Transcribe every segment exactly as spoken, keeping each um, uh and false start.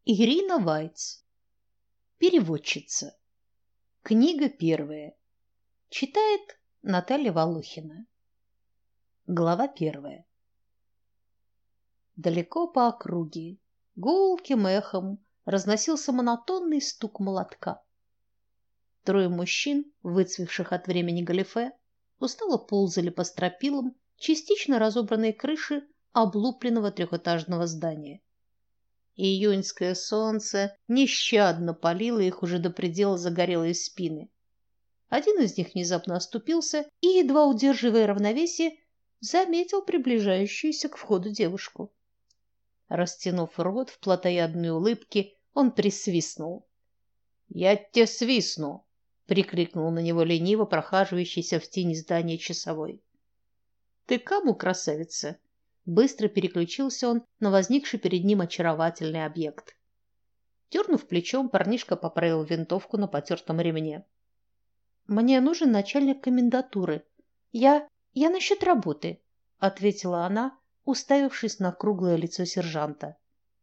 Ирина Вайц. Переводчица. Книга первая. Читает Наталья Волохина. Глава первая. Далеко по округе гулким эхом разносился монотонный стук молотка. Трое мужчин, выцвевших от времени галифе, устало ползали по стропилам частично разобранной крыши облупленного трехэтажного здания. Июньское солнце нещадно палило их уже до предела загорелые спины. Один из них внезапно оступился и, едва удерживая равновесие, заметил приближающуюся к входу девушку. Растянув рот в плотоядной улыбке, он присвистнул. "Я тебе свистну", прикрикнул на него лениво прохаживающийся в тени здания часовой. "Ты кому, красавица?" Быстро переключился он на возникший перед ним очаровательный объект. Дернув плечом, парнишка поправил винтовку на потертом ремне. "Мне нужен начальник комендатуры. Я... я насчет работы", ответила она, уставившись на круглое лицо сержанта.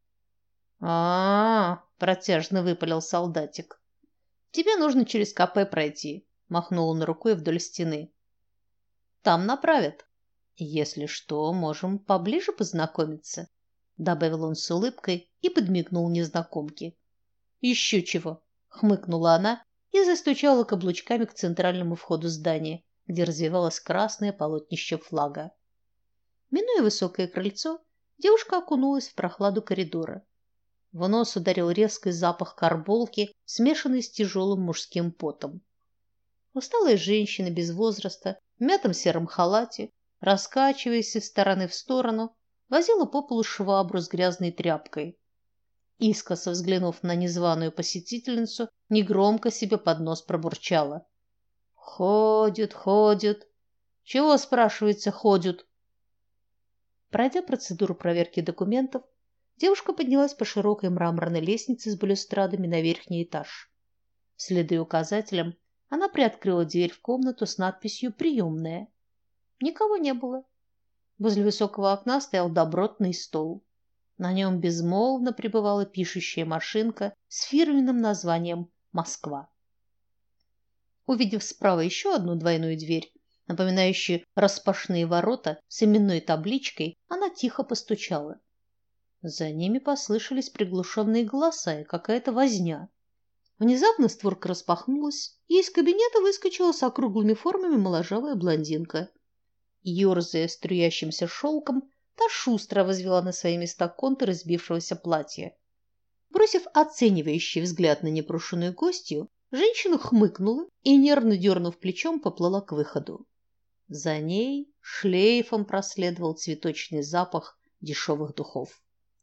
А-а-а, протяжно выпалил солдатик. "Тебе нужно через КП пройти", махнул он рукой вдоль стены. "Там направят. Если что, можем поближе познакомиться", добавил он с улыбкой и подмигнул незнакомке. "Еще чего", хмыкнула она и застучала каблучками к центральному входу здания, где развевалось красное полотнище флага. Минуя высокое крыльцо, девушка окунулась в прохладу коридора. В нос ударил резкий запах карболки, смешанный с тяжелым мужским потом. Усталая женщина без возраста, в мятом сером халате, раскачиваясь из стороны в сторону, возила по полу швабру с грязной тряпкой. Искоса взглянув на незваную посетительницу, негромко себе под нос пробурчала: "Ходят, ходят. Чего, спрашивается, ходят?" Пройдя процедуру проверки документов, девушка поднялась по широкой мраморной лестнице с балюстрадами на верхний этаж. Следуя указателям, она приоткрыла дверь в комнату с надписью «Приемная». Никого не было. Возле высокого окна стоял добротный стол. На нем безмолвно пребывала пишущая машинка с фирменным названием «Москва». Увидев справа еще одну двойную дверь, напоминающую распашные ворота с именной табличкой, она тихо постучала. За ними послышались приглушенные голоса и какая-то возня. Внезапно створка распахнулась, и из кабинета выскочила с округлыми формами моложавая блондинка. Ёрзая струящимся шелком, та шустро возвела на свои места контуры сбившегося платья. Бросив оценивающий взгляд на непрошеную гостью, женщина хмыкнула и, нервно дернув плечом, поплыла к выходу. За ней шлейфом проследовал цветочный запах дешевых духов.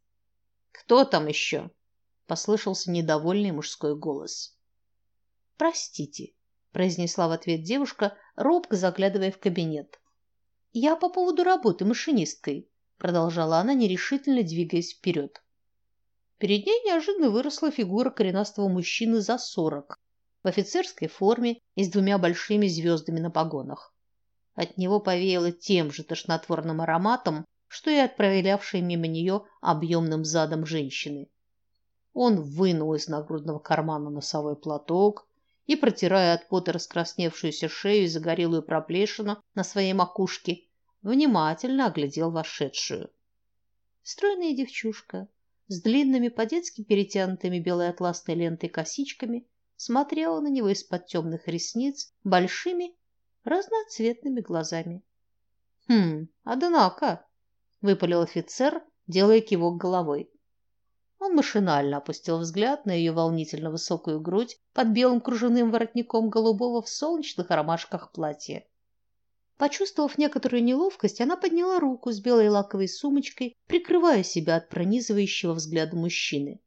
"Кто там еще?» — послышался недовольный мужской голос. "Простите", — произнесла в ответ девушка, робко заглядывая в кабинет. "Я по поводу работы машинисткой", продолжала она, нерешительно двигаясь вперед. Перед ней неожиданно выросла фигура коренастого мужчины за сорок, в офицерской форме и с двумя большими звездами на погонах. От него повеяло тем же тошнотворным ароматом, что и отправлявшей мимо нее объемным задом женщины. Он вынул из нагрудного кармана носовой платок и, протирая от пота раскрасневшуюся шею и загорелую проплешину на своей макушке, внимательно оглядел вошедшую. Стройная девчушка с длинными по-детски перетянутыми белой атласной лентой косичками смотрела на него из-под темных ресниц большими разноцветными глазами. "Хм, однако", выпалил офицер, делая кивок головой. Он машинально опустил взгляд на ее волнительно высокую грудь под белым кружевным воротником голубого в солнечных ромашках платья. Почувствовав некоторую неловкость, она подняла руку с белой лаковой сумочкой, прикрывая себя от пронизывающего взгляда мужчины.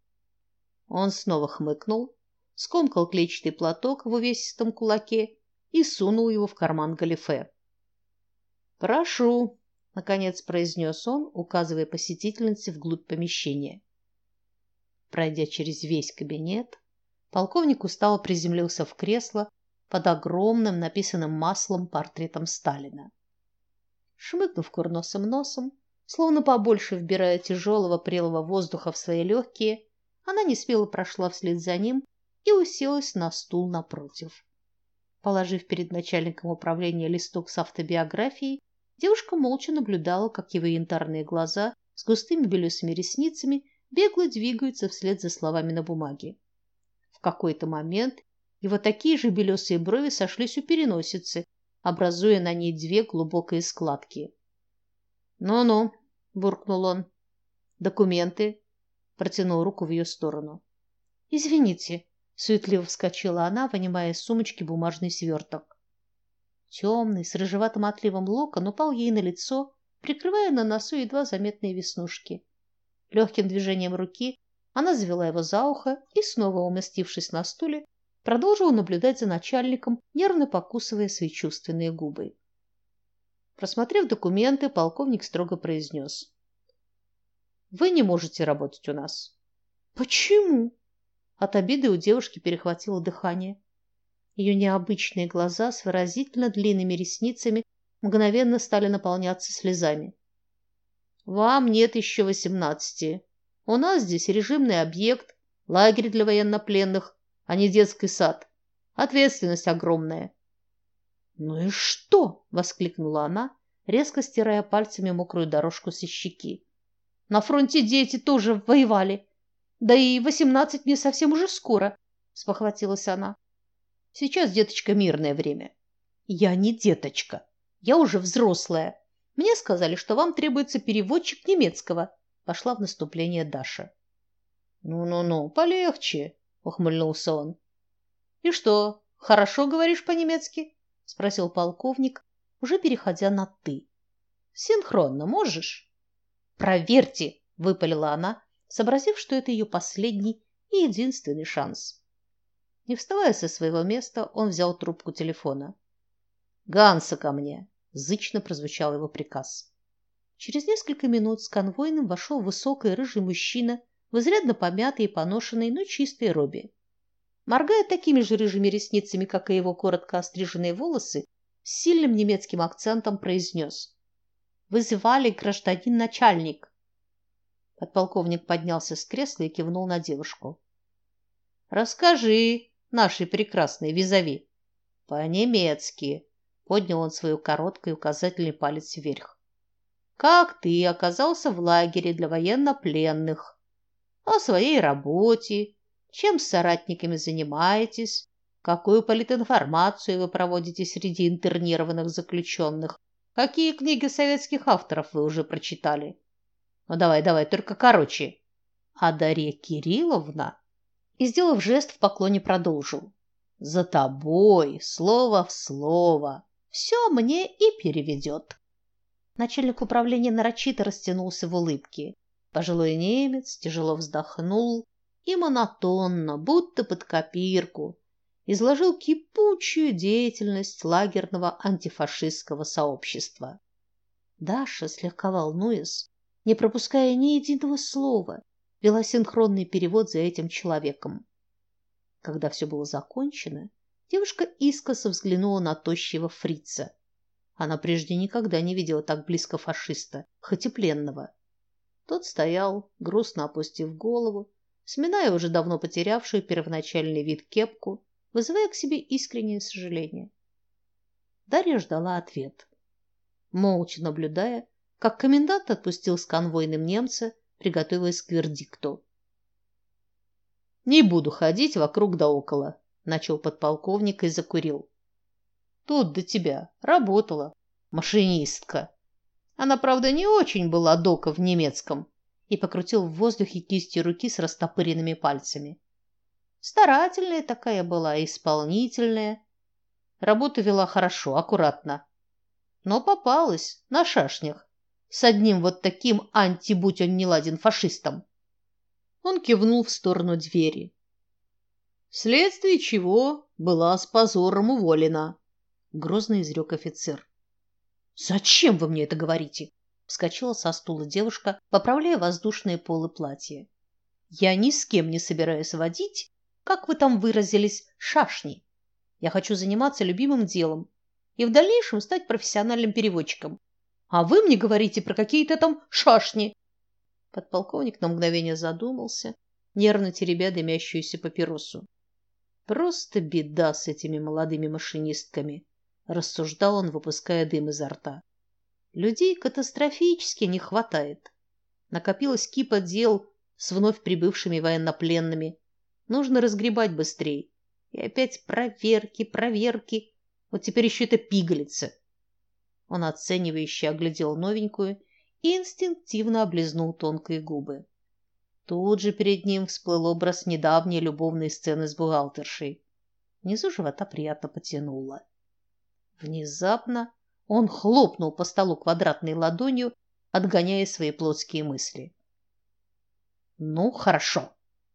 Он снова хмыкнул, скомкал клетчатый платок в увесистом кулаке и сунул его в карман галифе. "Прошу", наконец произнес он, указывая посетительнице вглубь помещения. Пройдя через весь кабинет, полковник устало приземлился в кресло под огромным, написанным маслом портретом Сталина. Шмыгнув курносым носом, словно побольше вбирая тяжелого прелого воздуха в свои легкие, Она неспело прошла вслед за ним и уселась на стул напротив. Положив перед начальником управления листок с автобиографией, девушка молча наблюдала, как его янтарные глаза с густыми белесыми ресницами бегло двигаются вслед за словами на бумаге. В какой-то момент его такие же белесые брови сошлись у переносицы, образуя на ней две глубокие складки. «Ну-ну», – буркнул он. «Документы?» – протянул руку в ее сторону. «Извините», – суетливо вскочила она, вынимая из сумочки бумажный сверток. Темный, с рыжеватым отливом локон упал ей на лицо, прикрывая на носу едва заметные веснушки. Легким движением руки она завела его за ухо и, снова уместившись на стуле, продолжила наблюдать за начальником, нервно покусывая свои чувственные губы. Просмотрев документы, полковник строго произнес: «Вы не можете работать у нас». «Почему?» От обиды у девушки перехватило дыхание. Ее необычные глаза с выразительно длинными ресницами мгновенно стали наполняться слезами. «Вам нет еще восемнадцати. У нас здесь режимный объект, лагерь для военнопленных, а не детский сад. Ответственность огромная». «Ну и что?» – воскликнула она, резко стирая пальцами мокрую дорожку со щеки. «На фронте дети тоже воевали. Да и восемнадцать мне совсем уже скоро», – спохватилась она. «Сейчас, деточка, мирное время». «Я не деточка. Я уже взрослая. Мне сказали, что вам требуется переводчик немецкого», – пошла в наступление Даша. «Ну-ну-ну, полегче», – ухмыльнулся он. «И что, хорошо говоришь по-немецки?» – спросил полковник, уже переходя на «ты». «Синхронно можешь?» «Проверьте», – выпалила она, сообразив, что это ее последний и единственный шанс. Не вставая со своего места, он взял трубку телефона. «Ганса ко мне!» – зычно прозвучал его приказ. Через несколько минут с конвойным вошел высокий рыжий мужчина в изрядно помятой и поношенной, но чистой робе. Моргая такими же рыжими ресницами, как и его коротко остриженные волосы, с сильным немецким акцентом произнес: «Вызывали гражданин начальник». Подполковник поднялся с кресла и кивнул на девушку. «Расскажи нашей прекрасной визави». «По-немецки», — поднял он свою короткую указательный палец вверх. «Как ты оказался в лагере для военнопленных? О своей работе, чем с соратниками занимаетесь, какую политинформацию вы проводите среди интернированных заключенных, какие книги советских авторов вы уже прочитали. Ну давай, давай, только короче». А Дарья Кирилловна, и, сделав жест, в поклоне продолжил: «За тобой, слово в слово, все мне и переведет». Начальник управления нарочито растянулся в улыбке. Пожилой немец тяжело вздохнул и монотонно, будто под копирку, изложил кипучую деятельность лагерного антифашистского сообщества. Даша, слегка волнуясь, не пропуская ни единого слова, вела синхронный перевод за этим человеком. Когда все было закончено, девушка искоса взглянула на тощего фрица. Она прежде никогда не видела так близко фашиста, хоть и пленного. Тот стоял, грустно опустив голову, сминая уже давно потерявшую первоначальный вид кепку, вызывая к себе искреннее сожаление. Дарья ждала ответ, молча наблюдая, как комендант отпустил с конвойным немца, приготовившись к вердикту. «Не буду ходить вокруг да около», — начал подполковник и закурил. «Тут до тебя работала машинистка. Она, правда, не очень была дока в немецком», и покрутил в воздухе кистью руки с растопыренными пальцами. «Старательная такая была, исполнительная. Работу вела хорошо, аккуратно. Но попалась на шашнях с одним вот таким анти-будь он неладен фашистом». Он кивнул в сторону двери. «Вследствие чего была с позором уволена», — грозно изрек офицер. «Зачем вы мне это говорите?» — вскочила со стула девушка, поправляя воздушные полы платья. «Я ни с кем не собираюсь водить, как вы там выразились, шашни. Я хочу заниматься любимым делом и в дальнейшем стать профессиональным переводчиком. А вы мне говорите про какие-то там шашни». Подполковник на мгновение задумался, нервно теребя дымящуюся папиросу. Просто беда с этими молодыми машинистками, рассуждал он, выпуская дым изо рта. Людей катастрофически не хватает. Накопилась кипа дел с вновь прибывшими военнопленными. Нужно разгребать быстрее. И опять проверки, проверки. Вот теперь еще эта пигалица. Он оценивающе оглядел новенькую и инстинктивно облизнул тонкие губы. Тут же перед ним всплыл образ недавней любовной сцены с бухгалтершей. Внизу живота приятно потянуло. Внезапно он хлопнул по столу квадратной ладонью, отгоняя свои плотские мысли. Ну, хорошо.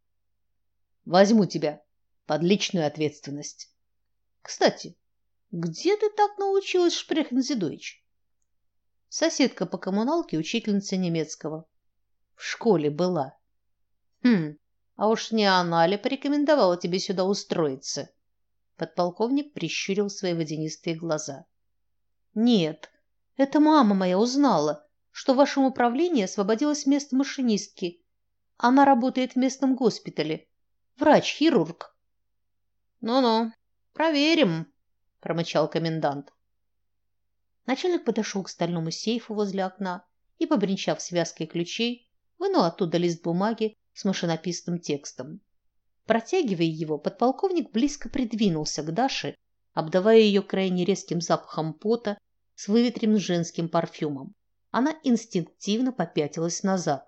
Возьму тебя под личную ответственность. Кстати, где ты так научилась шпрехен зи дойч? Соседка по коммуналке, учительница немецкого. В школе была. Хм, а уж не она ли порекомендовала тебе сюда устроиться? Подполковник прищурил свои водянистые глаза. Нет, это мама моя узнала, что в вашем управлении освободилось место машинистки. Она работает в местном госпитале. Врач-хирург. Ну-ну, проверим, промычал комендант. Начальник подошел к стальному сейфу возле окна и, побренчав связкой ключей, вынул оттуда лист бумаги с машинописным текстом. Протягивая его, подполковник близко придвинулся к Даше, обдавая ее крайне резким запахом пота с выветренным женским парфюмом. Она инстинктивно попятилась назад.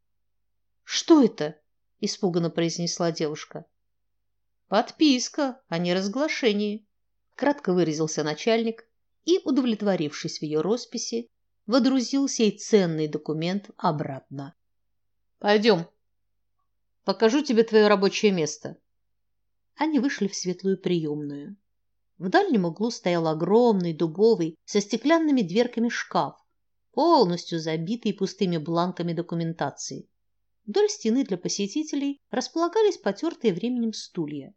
Что это? Испуганно произнесла девушка. Подписка о неразглашении, кратко выразился начальник и, удовлетворившись в ее росписи, водрузил сей ценный документ обратно. Пойдем. Покажу тебе твое рабочее место. Они вышли в светлую приемную. В дальнем углу стоял огромный дубовый со стеклянными дверками шкаф, полностью забитый пустыми бланками документации. Вдоль стены для посетителей располагались потертые временем стулья.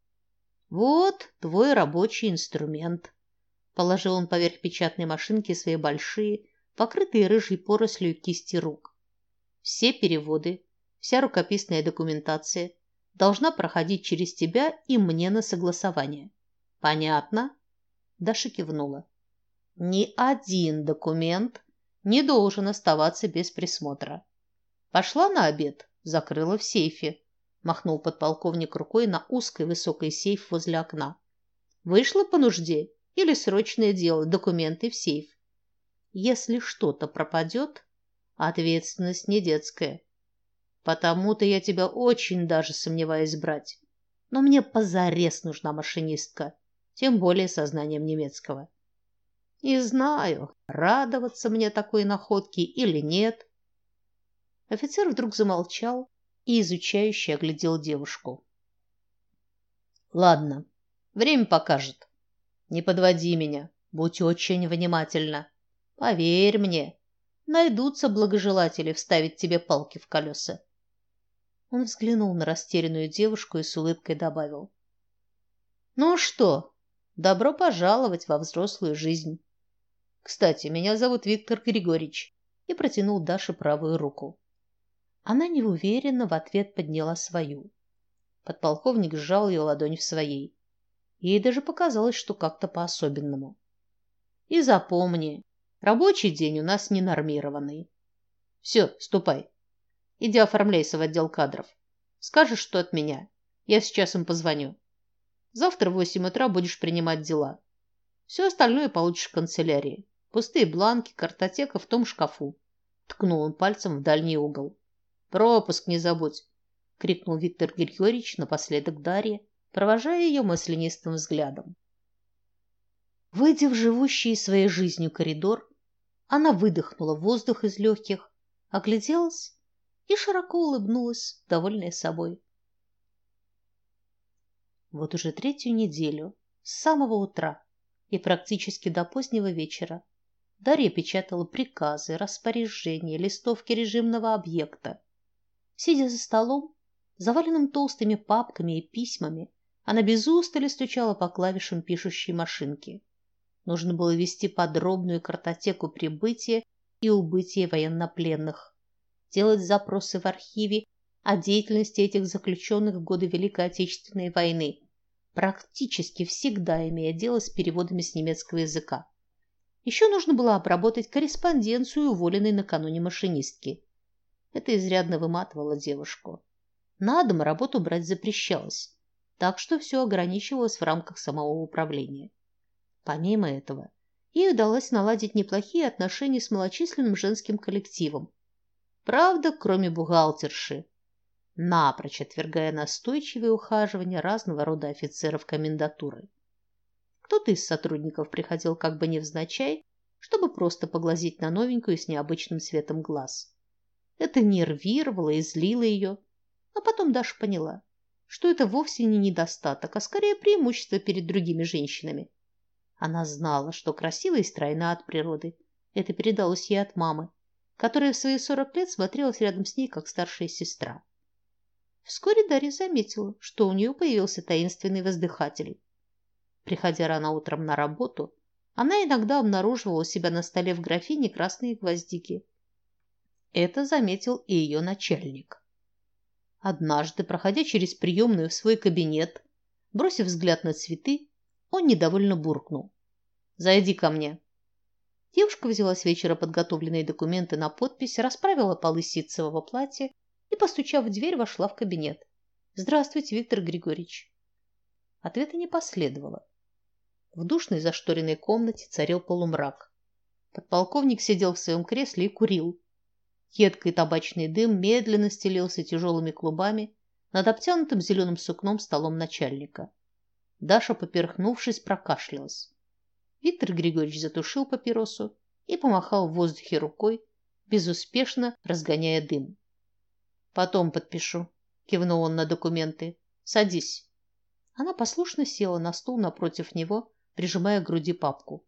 Вот твой рабочий инструмент. Положил он поверх печатной машинки свои большие, покрытые рыжей порослью кисти рук. Все переводы, вся рукописная документация должна проходить через тебя и мне на согласование. Понятно? Даша кивнула. Ни один документ не должен оставаться без присмотра. Пошла на обед, закрыла в сейфе, махнул подполковник рукой на узкий высокий сейф возле окна. Вышла по нужде или срочное дело, документы в сейф. Если что-то пропадет, ответственность не детская. Потому-то я тебя очень даже сомневаюсь брать. Но мне позарез нужна машинистка, тем более со знанием немецкого. Не знаю, радоваться мне такой находке или нет. Офицер вдруг замолчал и изучающе оглядел девушку. Ладно, время покажет. Не подводи меня, будь очень внимательна. Поверь мне, найдутся благожелатели вставить тебе палки в колеса. Он взглянул на растерянную девушку и с улыбкой добавил: "Ну что, добро пожаловать во взрослую жизнь. Кстати, меня зовут Виктор Григорьевич", и протянул Даше правую руку. Она неуверенно в ответ подняла свою. Подполковник сжал ее ладонь в своей. Ей даже показалось, что как-то по-особенному. И запомни, рабочий день у нас ненормированный. Все, ступай. Иди оформляйся в отдел кадров. Скажешь, что от меня. Я сейчас им позвоню. Завтра в восемь утра будешь принимать дела. Все остальное получишь в канцелярии. Пустые бланки, картотека в том шкафу. Ткнул он пальцем в дальний угол. Пропуск не забудь, крикнул Виктор Григорьевич напоследок Дарье, провожая ее мысленистым взглядом. Выйдя в живущий своей жизнью коридор, она выдохнула воздух из легких, огляделась и широко улыбнулась, довольная собой. Вот уже третью неделю, с самого утра и практически до позднего вечера, Дарья печатала приказы, распоряжения, листовки режимного объекта. Сидя за столом, заваленным толстыми папками и письмами, она без устали стучала по клавишам пишущей машинки. Нужно было вести подробную картотеку прибытия и убытия военнопленных, делать запросы в архиве о деятельности этих заключенных в годы Великой Отечественной войны, практически всегда имея дело с переводами с немецкого языка. Еще нужно было обработать корреспонденцию уволенной накануне машинистки. Это изрядно выматывало девушку. На дом работу брать запрещалось, так что все ограничивалось в рамках самого управления. Помимо этого, ей удалось наладить неплохие отношения с малочисленным женским коллективом. Правда, кроме бухгалтерши, напрочь отвергая настойчивые ухаживания разного рода офицеров комендатуры. Кто-то из сотрудников приходил как бы невзначай, чтобы просто поглазеть на новенькую с необычным цветом глаз. Это нервировало и злило ее, а потом Даша поняла, что это вовсе не недостаток, а скорее преимущество перед другими женщинами. Она знала, что красива и стройна от природы. Это передалось ей от мамы, которая в свои сорок лет смотрелась рядом с ней, как старшая сестра. Вскоре Дарья заметила, что у нее появился таинственный воздыхатель. Приходя рано утром на работу, она иногда обнаруживала у себя на столе в графине красные гвоздики. Это заметил и ее начальник. Однажды, проходя через приемную в свой кабинет, бросив взгляд на цветы, он недовольно буркнул: «Зайди ко мне». Девушка взяла с вечера подготовленные документы на подпись, расправила полы ситцевого платья и, постучав в дверь, вошла в кабинет. «Здравствуйте, Виктор Григорьевич». Ответа не последовало. В душной зашторенной комнате царил полумрак. Подполковник сидел в своем кресле и курил. Едкий табачный дым медленно стелился тяжелыми клубами над обтянутым зеленым сукном столом начальника. Даша, поперхнувшись, прокашлялась. Виктор Григорьевич затушил папиросу и помахал в воздухе рукой, безуспешно разгоняя дым. «Потом подпишу», — кивнул он на документы. «Садись». Она послушно села на стул напротив него, прижимая к груди папку.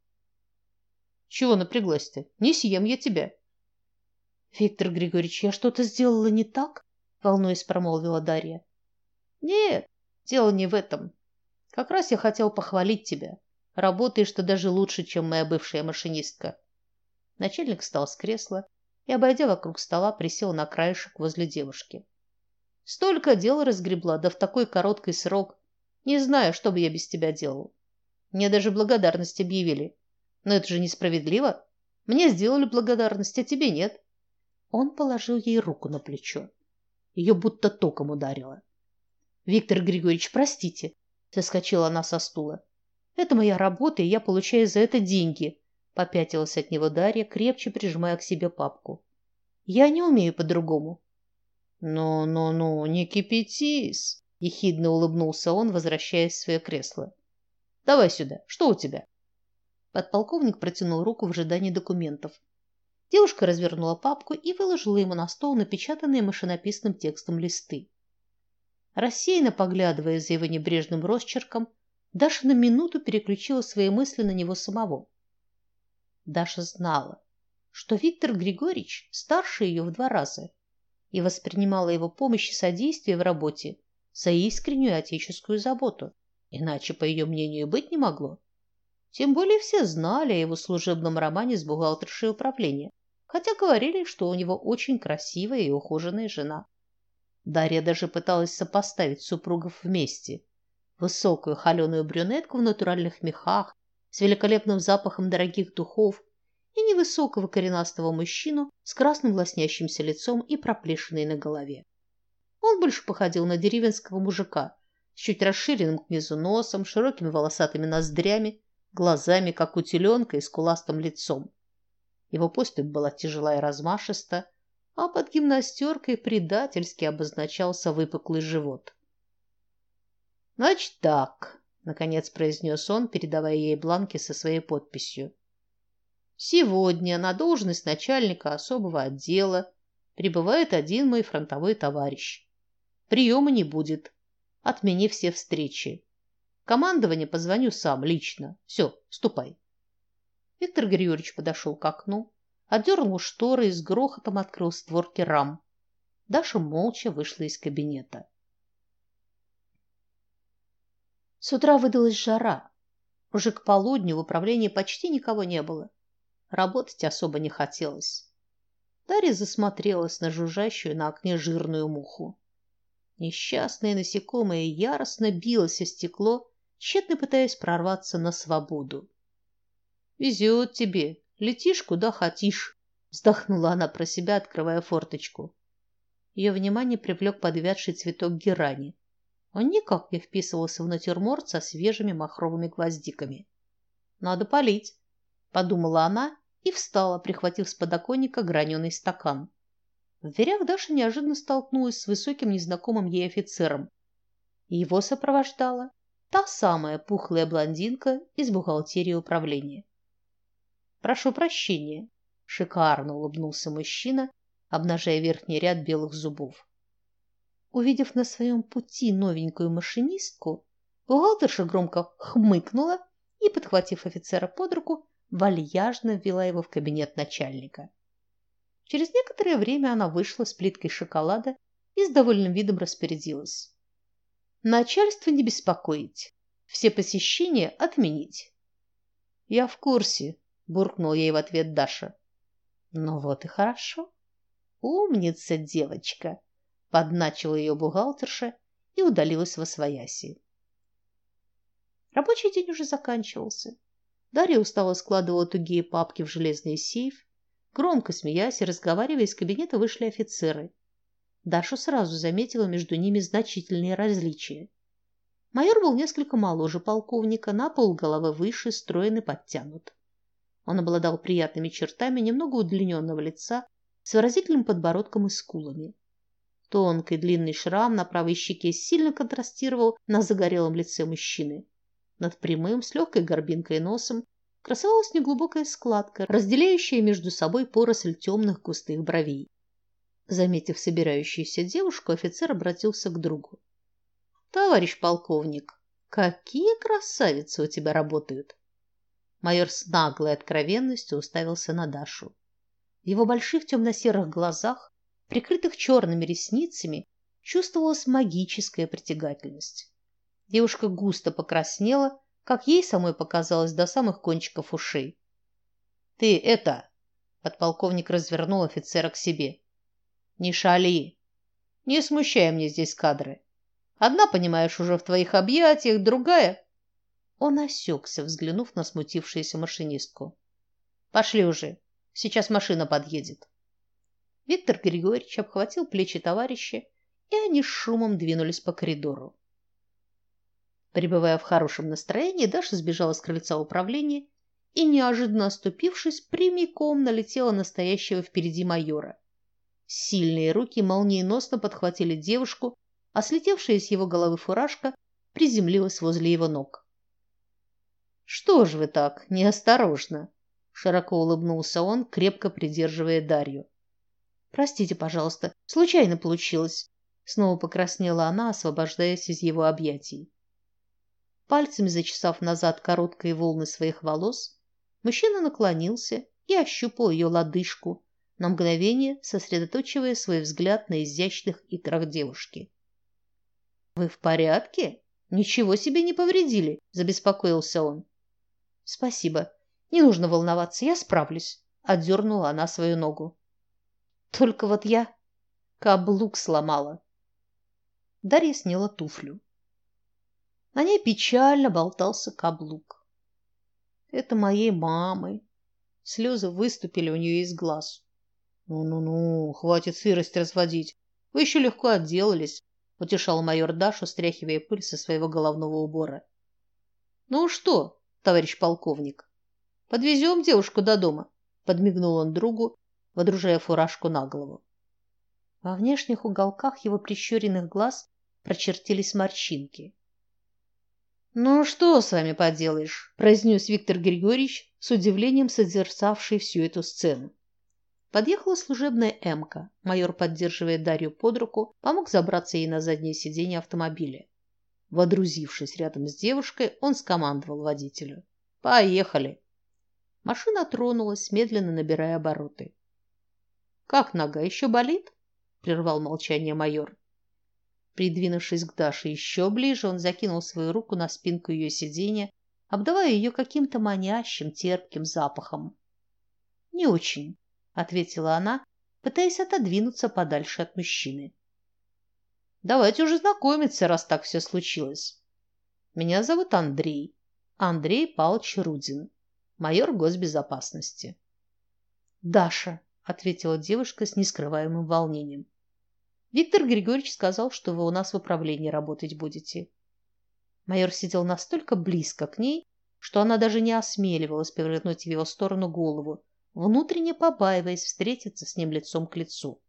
«Чего напряглась-то? Не съем я тебя». «Виктор Григорьевич, я что-то сделала не так?» — волнуясь, промолвила Дарья. «Нет, дело не в этом. Как раз я хотел похвалить тебя. Работаешь ты даже лучше, чем моя бывшая машинистка». Начальник встал с кресла и, обойдя вокруг стола, присел на краешек возле девушки. «Столько дел разгребла, да в такой короткий срок. Не знаю, что бы я без тебя делал. Мне даже благодарность объявили. Но это же несправедливо. Мне сделали благодарность, а тебе нет». Он положил ей руку на плечо. Ее будто током ударило. «Виктор Григорьевич, простите», — соскочила она со стула. «Это моя работа, и я получаю за это деньги», — попятилась от него Дарья, крепче прижимая к себе папку. «Я не умею по-другому». «Ну-ну-ну, не кипятись», — ехидно улыбнулся он, возвращаясь в свое кресло. «Давай сюда. Что у тебя?» Подполковник протянул руку в ожидании документов. Девушка развернула папку и выложила ему на стол напечатанные машинописным текстом листы. Рассеянно поглядывая за его небрежным росчерком, Даша на минуту переключила свои мысли на него самого. Даша знала, что Виктор Григорьевич старше ее в два раза и воспринимала его помощь и содействие в работе за искреннюю отеческую заботу, иначе, по ее мнению, быть не могло. Тем более все знали о его служебном романе с бухгалтершей управления, хотя говорили, что у него очень красивая и ухоженная жена. Дарья даже пыталась сопоставить супругов вместе. Высокую холеную брюнетку в натуральных мехах, с великолепным запахом дорогих духов, и невысокого коренастого мужчину с красным лоснящимся лицом и проплешиной на голове. Он больше походил на деревенского мужика с чуть расширенным к низу носом, широкими волосатыми ноздрями, глазами, как у теленка, и скуластым лицом. Его поступь была тяжела и размашиста, а под гимнастеркой предательски обозначался выпуклый живот. «Значит так», — наконец произнес он, передавая ей бланки со своей подписью. «Сегодня на должность начальника особого отдела прибывает один мой фронтовой товарищ. Приема не будет. Отмени все встречи. Командование позвоню сам, лично. Все, ступай». Виктор Григорьевич подошел к окну, отдернул шторы и с грохотом открыл створки рам. Даша молча вышла из кабинета. С утра выдалась жара. Уже к полудню в управлении почти никого не было. Работать особо не хотелось. Дарья засмотрелась на жужжащую на окне жирную муху. Несчастное насекомое яростно билось о стекло, тщетно пытаясь прорваться на свободу. «Везет тебе, летишь куда хотишь», — вздохнула она про себя, открывая форточку. Ее внимание привлек подвядший цветок герани. Он никак не вписывался в натюрморт со свежими махровыми гвоздиками. «Надо полить», — подумала она и встала, прихватив с подоконника граненый стакан. В дверях Даша неожиданно столкнулась с высоким незнакомым ей офицером. Его сопровождала та самая пухлая блондинка из бухгалтерии управления. «Прошу прощения», — шикарно улыбнулся мужчина, обнажая верхний ряд белых зубов. Увидев на своем пути новенькую машинистку, бухгалтерша громко хмыкнула и, подхватив офицера под руку, вальяжно ввела его в кабинет начальника. Через некоторое время она вышла с плиткой шоколада и с довольным видом распорядилась: «Начальство не беспокоить, все посещения отменить». «Я в курсе», — буркнула ей в ответ Даша. «Ну вот и хорошо. Умница девочка», — подначила ее бухгалтерша и удалилась восвояси. Рабочий день уже заканчивался. Дарья устало складывала тугие папки в железный сейф. Громко смеясь и разговаривая, из кабинета вышли офицеры. Даша сразу заметила между ними значительные различия. Майор был несколько моложе полковника, на полголовы выше, строен и подтянут. Он обладал приятными чертами немного удлиненного лица с выразительным подбородком и скулами. Тонкий длинный шрам на правой щеке сильно контрастировал на загорелом лице мужчины. Над прямым, с легкой горбинкой носом красовалась неглубокая складка, разделяющая между собой поросль темных густых бровей. Заметив собирающуюся девушку, офицер обратился к другу: «Товарищ полковник, какие красавицы у тебя работают!» Майор с наглой откровенностью уставился на Дашу. В его больших темно-серых глазах, прикрытых черными ресницами, чувствовалась магическая притягательность. Девушка густо покраснела, как ей самой показалось, до самых кончиков ушей. «Ты это...» — подполковник развернул офицера к себе. «Не шали. Не смущай мне здесь кадры. Одна, понимаешь, уже в твоих объятиях, другая...» Он осекся, взглянув на смутившуюся машинистку. «Пошли уже. Сейчас машина подъедет». Виктор Григорьевич обхватил плечи товарища, и они с шумом двинулись по коридору. Пребывая в хорошем настроении, Даша сбежала с крыльца управления и, неожиданно оступившись, прямиком налетела на стоящего впереди майора. Сильные руки молниеносно подхватили девушку, а слетевшая с его головы фуражка приземлилась возле его ног. «Что ж вы так неосторожно?» — широко улыбнулся он, крепко придерживая Дарью. «Простите, пожалуйста, случайно получилось», — снова покраснела она, освобождаясь из его объятий. Пальцами зачесав назад короткие волны своих волос, мужчина наклонился и ощупал ее лодыжку, на мгновение сосредоточивая свой взгляд на изящных икрах девушки. «Вы в порядке? Ничего себе не повредили?» – забеспокоился он. «Спасибо. Не нужно волноваться, я справлюсь», – отдернула она свою ногу. «Только вот я каблук сломала». Дарья сняла туфлю. На ней печально болтался каблук. «Это моей мамы». Слезы выступили у нее из глаз. «Ну-ну-ну, хватит сырость разводить. Вы еще легко отделались», — утешал майор Дашу, стряхивая пыль со своего головного убора. «Ну что, товарищ полковник, подвезем девушку до дома», — подмигнул он другу, водружая фуражку на голову. Во внешних уголках его прищуренных глаз прочертились морщинки. «Ну что с вами поделаешь?» – произнес Виктор Григорьевич, с удивлением созерцавший всю эту сцену. Подъехала служебная эмка. Майор, поддерживая Дарью под руку, помог забраться ей на заднее сиденье автомобиля. Водрузившись рядом с девушкой, он скомандовал водителю: «Поехали!» Машина тронулась, медленно набирая обороты. «Как нога, еще болит?» – прервал молчание майор. Придвинувшись к Даше еще ближе, он закинул свою руку на спинку ее сиденья, обдавая ее каким-то манящим, терпким запахом. «Не очень», — ответила она, пытаясь отодвинуться подальше от мужчины. Давайте уже знакомиться, раз так все случилось. Меня зовут Андрей. Андрей Павлович Рудин, майор госбезопасности. Даша, ответила девушка с нескрываемым волнением. Виктор Григорьевич сказал, что вы у нас в управлении работать будете. Майор сидел настолько близко к ней, что она даже не осмеливалась повернуть в его сторону голову, внутренне побаиваясь встретиться с ним лицом к лицу.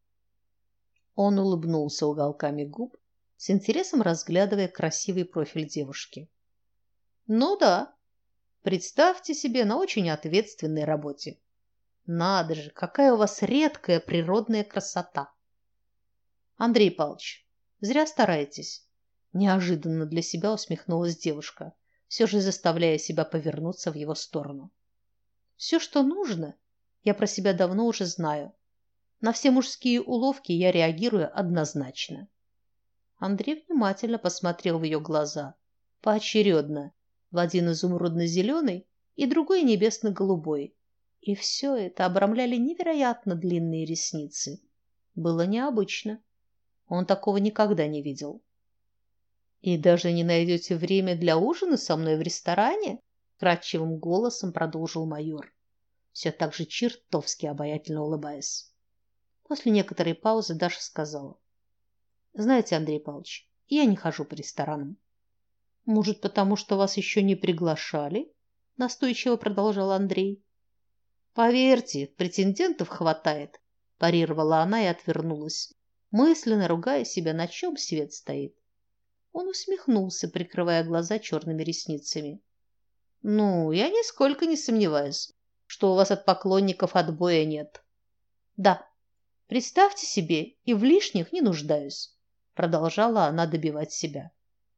Он улыбнулся уголками губ, с интересом разглядывая красивый профиль девушки. Ну да, представьте себе, на очень ответственной работе. Надо же, какая у вас редкая природная красота. Андрей Павлович, зря стараетесь. Неожиданно для себя усмехнулась девушка, все же заставляя себя повернуться в его сторону. Все, что нужно, я про себя давно уже знаю. На все мужские уловки я реагирую однозначно. Андрей внимательно посмотрел в ее глаза, поочередно, в один изумрудно-зеленый и другой небесно-голубой. И все это обрамляли невероятно длинные ресницы. Было необычно. Он такого никогда не видел. И даже не найдете время для ужина со мной в ресторане? Кратчевым голосом продолжил майор, все так же чертовски обаятельно улыбаясь. После некоторой паузы Даша сказала: знаете, Андрей Павлович, я не хожу по ресторанам. Может, потому что вас еще не приглашали? Настойчиво продолжал Андрей. Поверьте, претендентов хватает, парировала она и отвернулась, мысленно ругая себя, на чем свет стоит. Он усмехнулся, прикрывая глаза черными ресницами. Ну, я нисколько не сомневаюсь, что у вас от поклонников отбоя нет. Да, представьте себе, и в лишних не нуждаюсь, продолжала она добивать себя.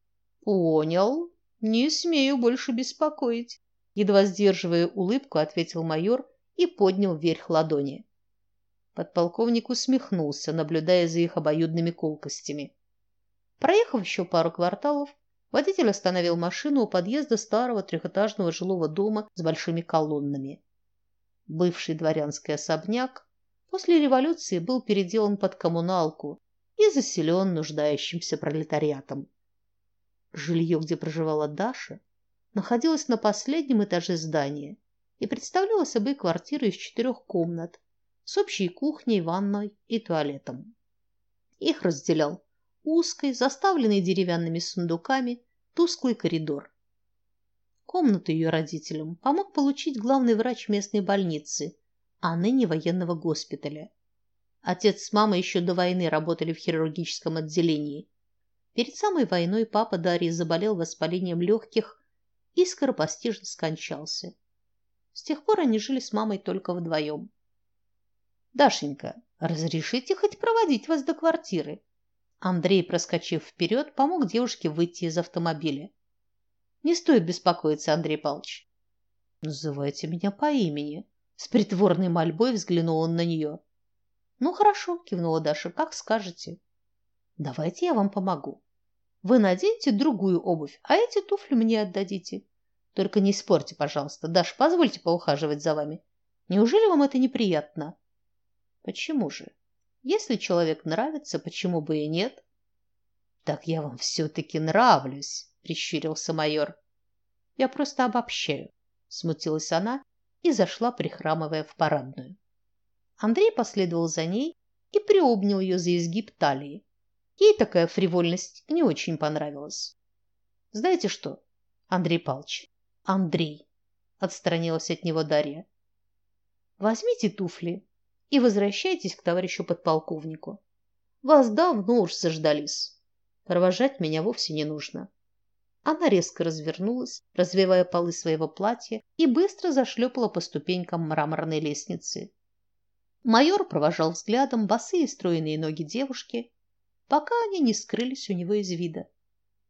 Понял, не смею больше беспокоить, едва сдерживая улыбку, ответил майор и поднял вверх ладони. Подполковник усмехнулся, наблюдая за их обоюдными колкостями. Проехав еще пару кварталов, водитель остановил машину у подъезда старого трехэтажного жилого дома с большими колоннами. Бывший дворянский особняк после революции был переделан под коммуналку и заселен нуждающимся пролетариатом. Жилье, где проживала Даша, находилось на последнем этаже здания и представляло собой квартиру из четырех комнат с общей кухней, ванной и туалетом. Их разделял узкий, заставленный деревянными сундуками, тусклый коридор. Комнату ее родителям помог получить главный врач местной больницы, а ныне военного госпиталя. Отец с мамой еще до войны работали в хирургическом отделении. Перед самой войной папа Дарьи заболел воспалением легких и скоропостижно скончался. С тех пор они жили с мамой только вдвоем. Дашенька, разрешите хоть проводить вас до квартиры? Андрей, проскочив вперед, помог девушке выйти из автомобиля. Не стоит беспокоиться, Андрей Павлович. Называйте меня по имени. С притворной мольбой взглянул он на нее. Ну хорошо, кивнула Даша, как скажете. Давайте я вам помогу. Вы наденьте другую обувь, а эти туфли мне отдадите. Только не спорьте, пожалуйста. Даша, позвольте поухаживать за вами. Неужели вам это неприятно? Почему же? Если человек нравится, почему бы и нет? Так я вам все-таки нравлюсь, прищурился майор. Я просто обобщаю, смутилась она и зашла, прихрамывая, в парадную. Андрей последовал за ней и приобнял ее за изгиб талии. Ей такая фривольность не очень понравилась. Знаете что, Андрей Павлович, Андрей, отстранилась от него Дарья. Возьмите туфли и возвращайтесь к товарищу подполковнику. Вас давно уж заждались. Провожать меня вовсе не нужно. Она резко развернулась, развевая полы своего платья, и быстро зашлепала по ступенькам мраморной лестницы. Майор провожал взглядом босые стройные ноги девушки, пока они не скрылись у него из вида.